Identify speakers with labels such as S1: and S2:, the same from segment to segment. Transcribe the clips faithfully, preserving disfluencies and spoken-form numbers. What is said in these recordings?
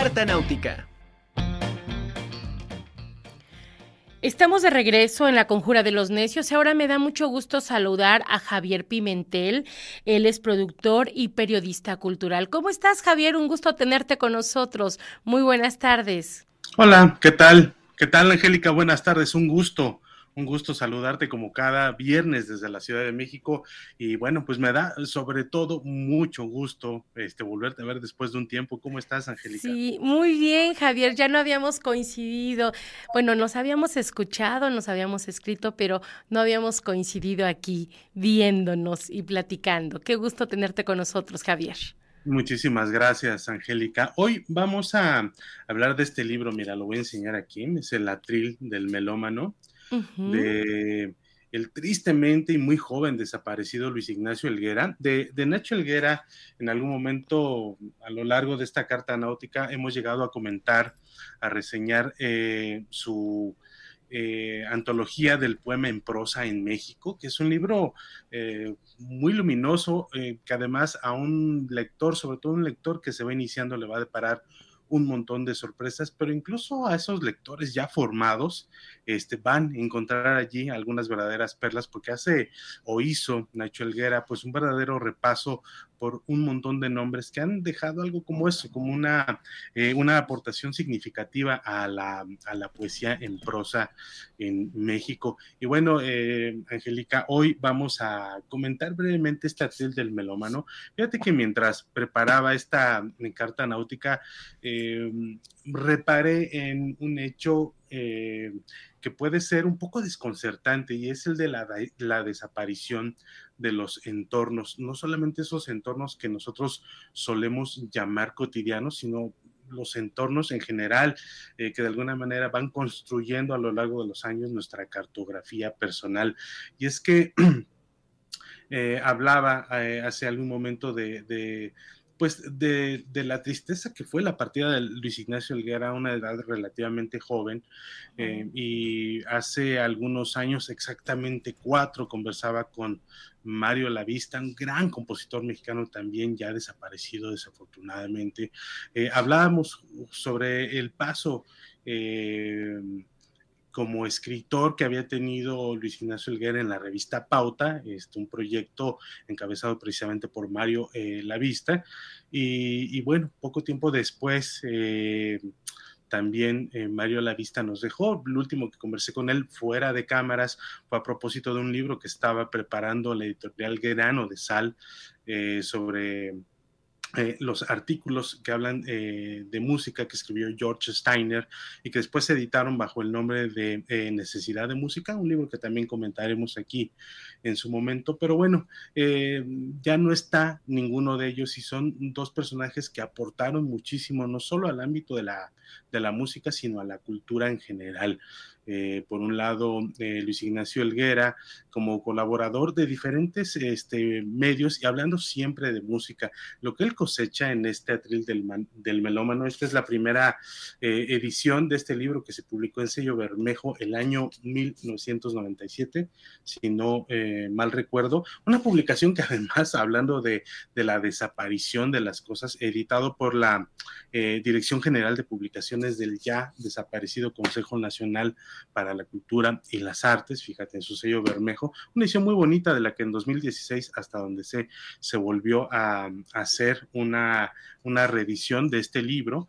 S1: Carta Náutica.
S2: Estamos de regreso en La Conjura de los Necios y ahora me da mucho gusto saludar a Javier Pimentel. Él es productor y periodista cultural. ¿Cómo estás, Javier? Un gusto tenerte con nosotros. Muy buenas tardes.
S3: Hola, ¿qué tal? ¿Qué tal, Angélica? Buenas tardes, un gusto, un gusto saludarte como cada viernes desde la Ciudad de México y bueno, pues me da sobre todo mucho gusto este, volverte a ver después de un tiempo. ¿Cómo estás, Angélica?
S2: Sí, muy bien, Javier. Ya no habíamos coincidido. Bueno, nos habíamos escuchado, nos habíamos escrito, pero no habíamos coincidido aquí viéndonos y platicando. Qué gusto tenerte con nosotros, Javier.
S3: Muchísimas gracias, Angélica. Hoy vamos a hablar de este libro, mira, lo voy a enseñar aquí, es El Atril del Melómano,
S2: Ujú.
S3: de el tristemente y muy joven desaparecido Luis Ignacio Helguera. De, de Nacho Helguera, en algún momento a lo largo de esta carta náutica hemos llegado a comentar, a reseñar eh, su eh, antología del poema en prosa en México, que es un libro eh, muy luminoso, eh, que además a un lector, sobre todo un lector que se va iniciando, le va a deparar un montón de sorpresas, pero incluso a esos lectores ya formados este, van a encontrar allí algunas verdaderas perlas, porque hace o hizo Nacho Helguera pues un verdadero repaso por un montón de nombres que han dejado algo como eso, como una, eh, una aportación significativa a la, a la poesía en prosa en México. Y bueno, eh, Angélica, hoy vamos a comentar brevemente este atril del melómano. Fíjate que mientras preparaba esta carta náutica, eh, reparé en un hecho eh, que puede ser un poco desconcertante, y es el de la, la desaparición de los entornos, no solamente esos entornos que nosotros solemos llamar cotidianos, sino los entornos en general, eh, que de alguna manera van construyendo a lo largo de los años nuestra cartografía personal. Y es que eh, hablaba eh, hace algún momento de, de pues de, de, la tristeza que fue la partida de Luis Ignacio Helguera a una edad relativamente joven, eh, y hace algunos años, exactamente cuatro, conversaba con Mario Lavista, un gran compositor mexicano también ya desaparecido desafortunadamente. Eh, hablábamos sobre el paso eh, como escritor que había tenido Luis Ignacio Helguera en la revista Pauta, este, un proyecto encabezado precisamente por Mario eh, Lavista, y, y, bueno, poco tiempo después eh, también eh, Mario Lavista nos dejó. Lo último que conversé con él fuera de cámaras fue a propósito de un libro que estaba preparando la editorial Grano de Sal eh, sobre Eh, los artículos que hablan eh, de música que escribió George Steiner y que después se editaron bajo el nombre de eh, Necesidad de Música, un libro que también comentaremos aquí en su momento, pero bueno, eh, ya no está ninguno de ellos y son dos personajes que aportaron muchísimo, no solo al ámbito de la, de la música, sino a la cultura en general. Eh, por un lado, eh, Luis Ignacio Helguera como colaborador de diferentes este, medios y hablando siempre de música, lo que él cosecha en este atril del, man, del melómano. Esta es la primera eh, edición de este libro que se publicó en sello Bermejo el año mil novecientos noventa y siete, si no eh, mal recuerdo. Una publicación que además, hablando de, de la desaparición de las cosas, editado por la eh, Dirección General de Publicaciones del ya desaparecido Consejo Nacional para la Cultura y las Artes, fíjate, en su sello Bermejo, una edición muy bonita de la que en dos mil dieciséis hasta donde se, se volvió a, a hacer una, una reedición de este libro.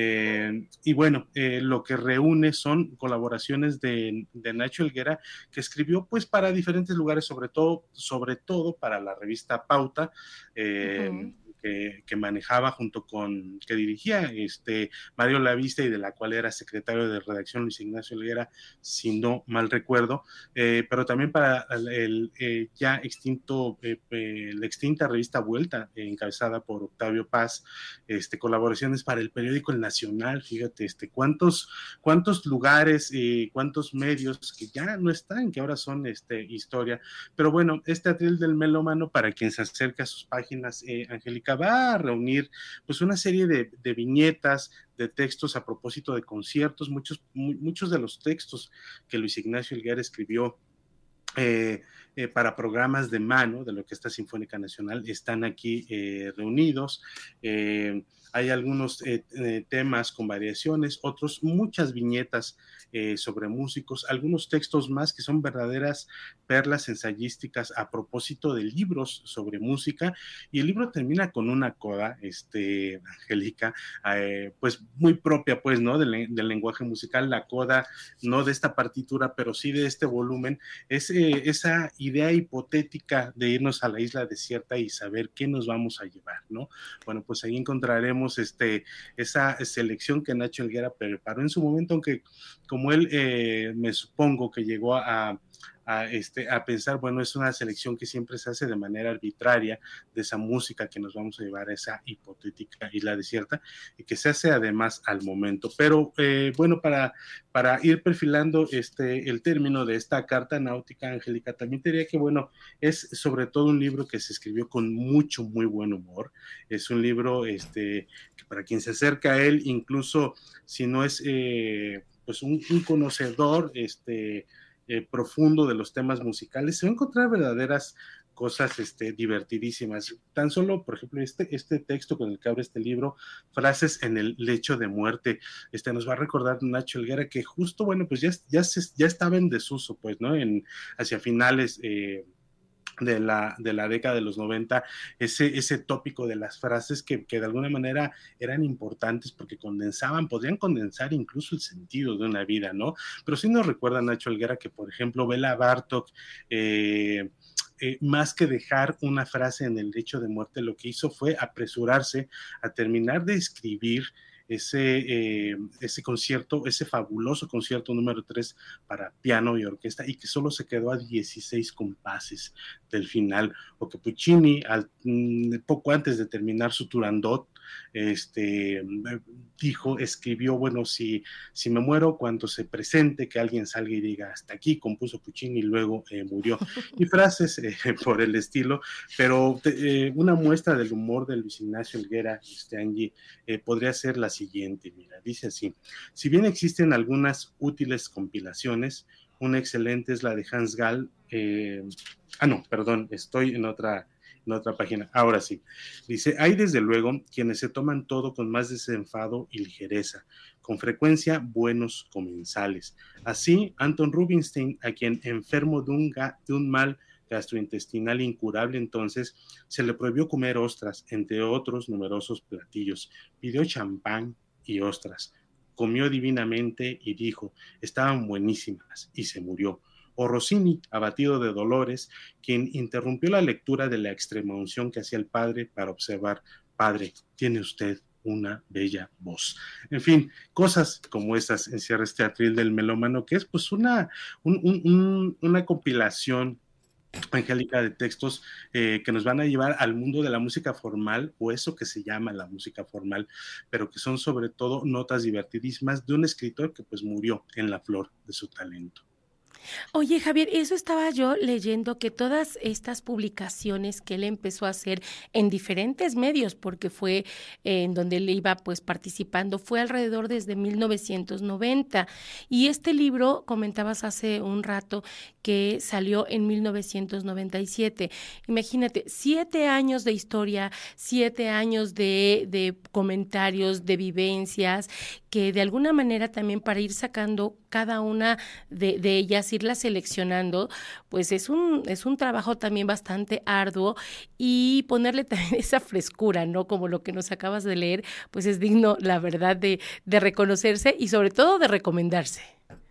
S3: Eh, y bueno, eh, lo que reúne son colaboraciones de, de Nacho Helguera, que escribió pues para diferentes lugares, sobre todo, sobre todo para la revista Pauta, eh,
S2: Uh-huh.
S3: que, que manejaba junto con, que dirigía este Mario Lavista y de la cual era secretario de redacción Luis Ignacio Helguera, si no mal recuerdo, eh, pero también para el, el eh, ya extinto, eh, eh, la extinta revista Vuelta, eh, encabezada por Octavio Paz, este, colaboraciones para el periódico El Nacional, fíjate, este, cuántos, cuántos lugares y eh, cuántos medios que ya no están, que ahora son este, historia, pero bueno, este atril del melómano, para quien se acerca a sus páginas, eh, Angélica, va a reunir pues una serie de, de viñetas, de textos a propósito de conciertos, muchos, muchos de los textos que Luis Ignacio Helguera escribió Eh, eh, para programas de mano de la Orquesta Sinfónica Nacional están aquí eh, reunidos. Eh, hay algunos eh, eh, temas con variaciones, otros muchas viñetas eh, sobre músicos, algunos textos más que son verdaderas perlas ensayísticas a propósito de libros sobre música, y el libro termina con una coda, este, Angélica, eh, pues muy propia, pues, ¿no? Del, del lenguaje musical, la coda, no de esta partitura, pero sí de este volumen, es eh, esa idea hipotética de irnos a la isla desierta y saber qué nos vamos a llevar, ¿no? Bueno, pues ahí encontraremos este, esa selección que Nacho Helguera preparó en su momento, aunque como él eh, me supongo que llegó a, a, este, a pensar, bueno, es una selección que siempre se hace de manera arbitraria de esa música que nos vamos a llevar a esa hipotética isla desierta, y que se hace además al momento. Pero eh, bueno, para, para ir perfilando este, el término de esta carta náutica, Angélica, también te diría que, bueno, es sobre todo un libro que se escribió con mucho, muy buen humor. Es un libro este, que para quien se acerca a él, incluso si no es eh, pues un, un conocedor este, eh, profundo de los temas musicales, se va a encontrar verdaderas cosas este, divertidísimas. Tan solo, por ejemplo, este, este texto con el que abre este libro, Frases en el lecho de muerte, este, nos va a recordar Nacho Helguera que justo, bueno, pues ya, ya, se, ya estaba en desuso, pues, ¿no? En, hacia finales eh, de la, de la década de los noventa, ese, ese tópico de las frases que, que de alguna manera eran importantes porque condensaban, podrían condensar incluso el sentido de una vida, ¿no? Pero sí nos recuerda Nacho Helguera que, por ejemplo, Bela Bartok, eh, Eh, más que dejar una frase en el lecho de muerte, lo que hizo fue apresurarse a terminar de escribir ese, eh, ese concierto, ese fabuloso concierto número tres para piano y orquesta, y que solo se quedó a dieciséis compases del final, o que Puccini, al, poco antes de terminar su Turandot, este, dijo, escribió, bueno, si, si me muero, cuando se presente, que alguien salga y diga, hasta aquí compuso Puccini y luego eh, murió. Y frases eh, por el estilo, pero eh, una muestra del humor de Luis Ignacio Helguera, este, Angie, eh, podría ser la siguiente, mira, dice así: si bien existen algunas útiles compilaciones, una excelente es la de Hans Gall, eh, ah no, perdón, estoy en otra, en otra página, ahora sí, dice, hay desde luego quienes se toman todo con más desenfado y ligereza, con frecuencia buenos comensales, así Anton Rubinstein, a quien enfermo de un, ga, de un mal gastrointestinal incurable, entonces se le prohibió comer ostras, entre otros numerosos platillos, pidió champán y ostras, comió divinamente y dijo, estaban buenísimas, y se murió. O Rossini, abatido de dolores, quien interrumpió la lectura de la extrema unción que hacía el padre para observar, padre, tiene usted una bella voz. En fin, cosas como esas encierra este atril del melómano, que es pues una, un, un, un, una compilación, Angélica, de textos eh, que nos van a llevar al mundo de la música formal, o eso que se llama la música formal, pero que son sobre todo notas divertidísimas de un escritor que pues murió en la flor de su talento.
S2: Oye, Javier, eso estaba yo leyendo, que todas estas publicaciones que él empezó a hacer en diferentes medios, porque fue eh, en donde él iba pues participando, fue alrededor desde mil novecientos noventa. Y este libro, comentabas hace un rato, que salió en mil novecientos noventa y siete. Imagínate, siete años de historia, siete años de, de comentarios, de vivencias, que de alguna manera también para ir sacando cada una de, de ellas, irlas seleccionando, pues es un, es un trabajo también bastante arduo, y ponerle también esa frescura, ¿no? Como lo que nos acabas de leer, pues es digno, la verdad, de, de reconocerse y sobre todo de recomendarse.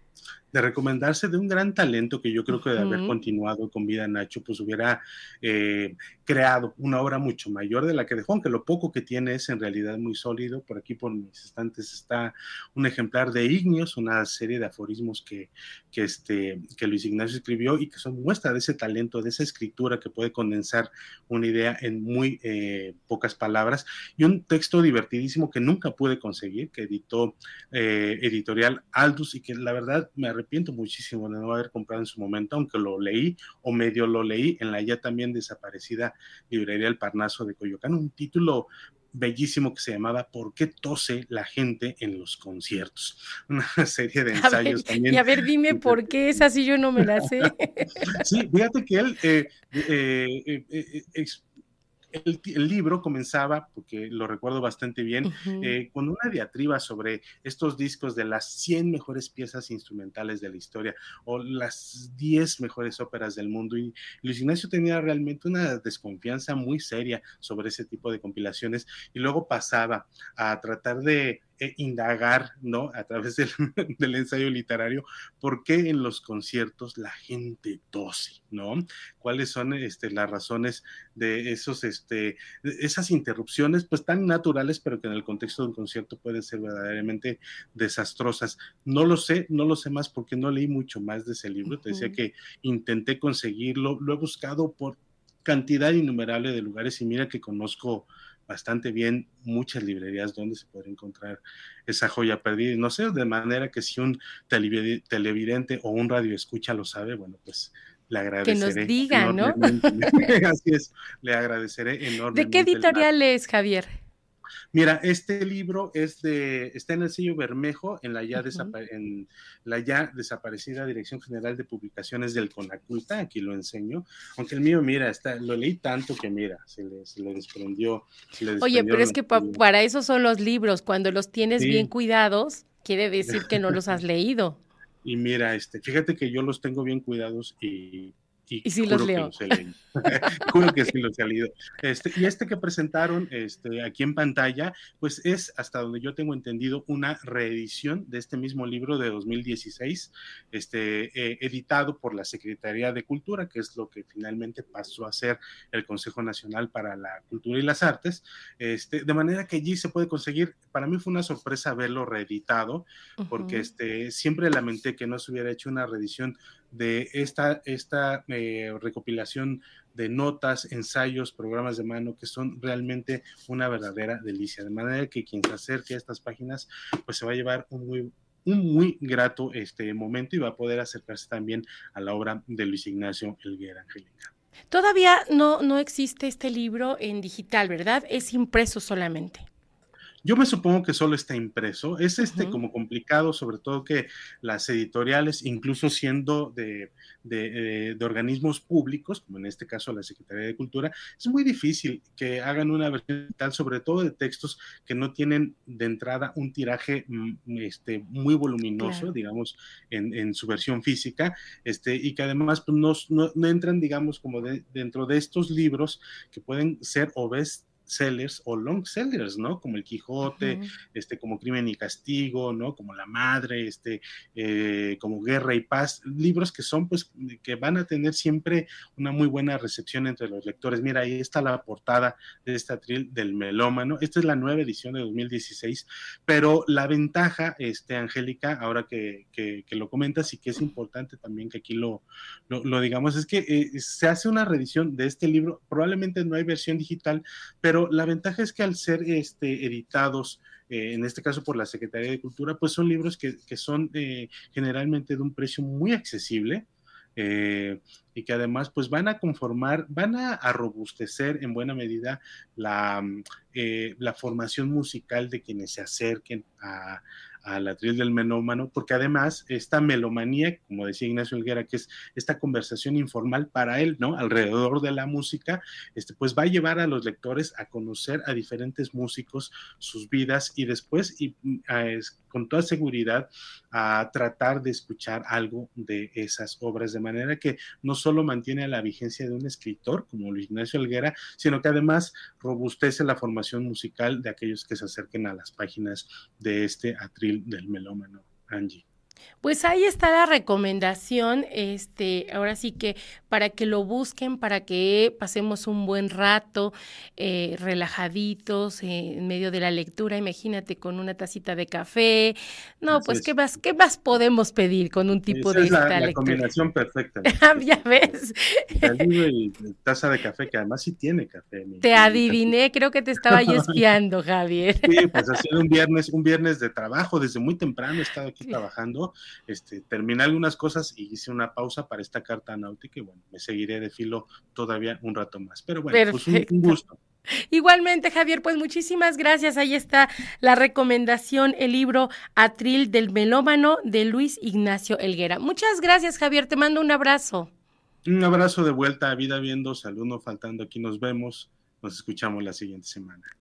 S3: De recomendarse, de un gran talento que yo creo que de haber
S2: Uh-huh.
S3: continuado con vida Nacho, pues hubiera eh, creado una obra mucho mayor de la que dejó, aunque lo poco que tiene es en realidad muy sólido. Por aquí por mis estantes está un ejemplar de Ignios, una serie de aforismos que, que, este, que Luis Ignacio escribió y que son muestra de ese talento, de esa escritura que puede condensar una idea en muy eh, pocas palabras, y un texto divertidísimo que nunca pude conseguir, que editó eh, Editorial Aldus, y que la verdad me arrepiento muchísimo de no haber comprado en su momento, aunque lo leí o medio lo leí en la ya también desaparecida librería El Parnaso de Coyoacán, un título bellísimo que se llamaba ¿Por qué tose la gente en los conciertos? Una serie de
S2: A ver,
S3: ensayos también.
S2: y a ver, dime por qué es así, yo no me la sé.
S3: Sí, fíjate que él eh, eh, eh, eh, eh, El, el libro comenzaba, porque lo recuerdo bastante bien,
S2: Ujú.
S3: eh, con una diatriba sobre estos discos de las cien mejores piezas instrumentales de la historia o las diez mejores óperas del mundo. Y Luis Ignacio tenía realmente una desconfianza muy seria sobre ese tipo de compilaciones y luego pasaba a tratar de eh, indagar, ¿no? A través del, del ensayo literario, por qué en los conciertos la gente tose, ¿no? ¿Cuáles son este, las razones de esos, este, esas interrupciones, pues tan naturales, pero que en el contexto de un concierto pueden ser verdaderamente desastrosas? No lo sé, no lo sé más porque no leí mucho más de ese libro. Te decía
S2: Ujú.
S3: que intenté conseguirlo, lo he buscado por cantidad innumerable de lugares y mira que conozco bastante bien muchas librerías donde se puede encontrar esa joya perdida. Y no sé, de manera que si un televidente o un radio escucha lo sabe, bueno, pues le
S2: Que nos
S3: agradeceré
S2: diga, ¿no?
S3: enormemente. Así es, le agradeceré
S2: ¿De qué
S3: enormemente el dato.
S2: editorial es, Javier?
S3: Mira, este libro es de, está en el sello Bermejo, en la ya,
S2: Ujú.
S3: desapa en la ya desaparecida Dirección General de Publicaciones del CONACULTA, aquí lo enseño, aunque el mío, mira, está, lo leí tanto que mira, se le, se le desprendió, se le
S2: Oye, pero
S3: desprendieron
S2: es
S3: las
S2: que pa-
S3: páginas.
S2: para eso son los libros. Cuando los tienes bien
S3: Sí,
S2: cuidados, quiere decir que no los has leído.
S3: y mira, este, fíjate que yo los tengo bien cuidados y, y
S2: Y sí los
S3: juro que
S2: leo.
S3: los he leído. Juro que sí los he leído. Este, y este que presentaron este, aquí en pantalla, pues es, hasta donde yo tengo entendido, una reedición de este mismo libro de dos mil dieciséis, este, eh, editado por la Secretaría de Cultura, que es lo que finalmente pasó a ser el Consejo Nacional para la Cultura y las Artes. Este, de manera que allí se puede conseguir. Para mí fue una sorpresa verlo reeditado, porque
S2: Ujú.
S3: este, siempre lamenté que no se hubiera hecho una reedición de esta, esta eh, recopilación de notas, ensayos, programas de mano que son realmente una verdadera delicia. De manera que quien se acerque a estas páginas, pues se va a llevar un muy, un muy grato este momento y va a poder acercarse también a la obra de Luis Ignacio Elguera, Angélica.
S2: Todavía no, no existe este libro en digital, ¿verdad? Es impreso solamente.
S3: Yo me supongo que solo está impreso. Es este
S2: Ujú.
S3: como complicado, sobre todo que las editoriales, incluso siendo de, de, eh, de organismos públicos, como en este caso la Secretaría de Cultura, es muy difícil que hagan una versión digital, sobre todo de textos que no tienen de entrada un tiraje mm, este, muy voluminoso,
S2: Claro.
S3: digamos, en, en su versión física, este, y que además pues, no, no, no entran, digamos, como de, dentro de estos libros que pueden ser o ves sellers o long sellers, ¿no? Como El Quijote,
S2: Ujú.
S3: este, como Crimen y Castigo, ¿no? Como La Madre, este, eh, como Guerra y Paz, libros que son, pues, que van a tener siempre una muy buena recepción entre los lectores. Mira, ahí está la portada de este atril del melómano. Esta es la nueva edición de dos mil dieciséis, pero la ventaja, este, Angélica, ahora que, que, que lo comentas y que es importante también que aquí lo, lo, lo digamos, es que eh, se hace una reedición de este libro, probablemente no hay versión digital, pero pero la ventaja es que al ser este, editados, eh, en este caso por la Secretaría de Cultura, pues son libros que, que son eh, generalmente de un precio muy accesible. Eh, y que además pues van a conformar, van a, a robustecer en buena medida la, eh, la formación musical de quienes se acerquen a, al atril del melómano, porque además esta melomanía, como decía Ignacio Helguera, que es esta conversación informal para él, ¿no? Alrededor de la música, este, pues va a llevar a los lectores a conocer a diferentes músicos, sus vidas y después, y, a, con toda seguridad, a tratar de escuchar algo de esas obras, de manera que no solo mantiene la vigencia de un escritor como Luis Ignacio Helguera, sino que además robustece la formación musical de aquellos que se acerquen a las páginas de este atril del melómano, Angie.
S2: Pues ahí está la recomendación, este, ahora sí que para que lo busquen, para que pasemos un buen rato, eh, relajaditos, eh, en medio de la lectura, imagínate con una tacita de café. No,
S3: Así
S2: pues, ¿qué
S3: es.
S2: más, qué más podemos pedir con un tipo
S3: Esa
S2: de
S3: es la,
S2: esta
S3: la
S2: lectura?
S3: combinación perfecta,
S2: Ya ves.
S3: el libro y taza de café, que además sí tiene café, mi,
S2: Te
S3: mi, mi tacita.
S2: adiviné, creo que te estaba yo espiando, Javier.
S3: Sí, pues ha sido un viernes, un viernes de trabajo, desde muy temprano he estado aquí trabajando eso, este, terminé algunas cosas y hice una pausa para esta carta náutica y bueno, me seguiré de filo todavía un rato más. Pero bueno, pues un, un
S2: Perfecto.
S3: gusto.
S2: Igualmente, Javier, pues muchísimas gracias. Ahí está la recomendación, el libro Atril del melómano de Luis Ignacio Helguera. Muchas gracias, Javier. Te mando un abrazo.
S3: Un abrazo de vuelta, vida viendo, salud no faltando, aquí nos vemos, nos escuchamos la siguiente semana.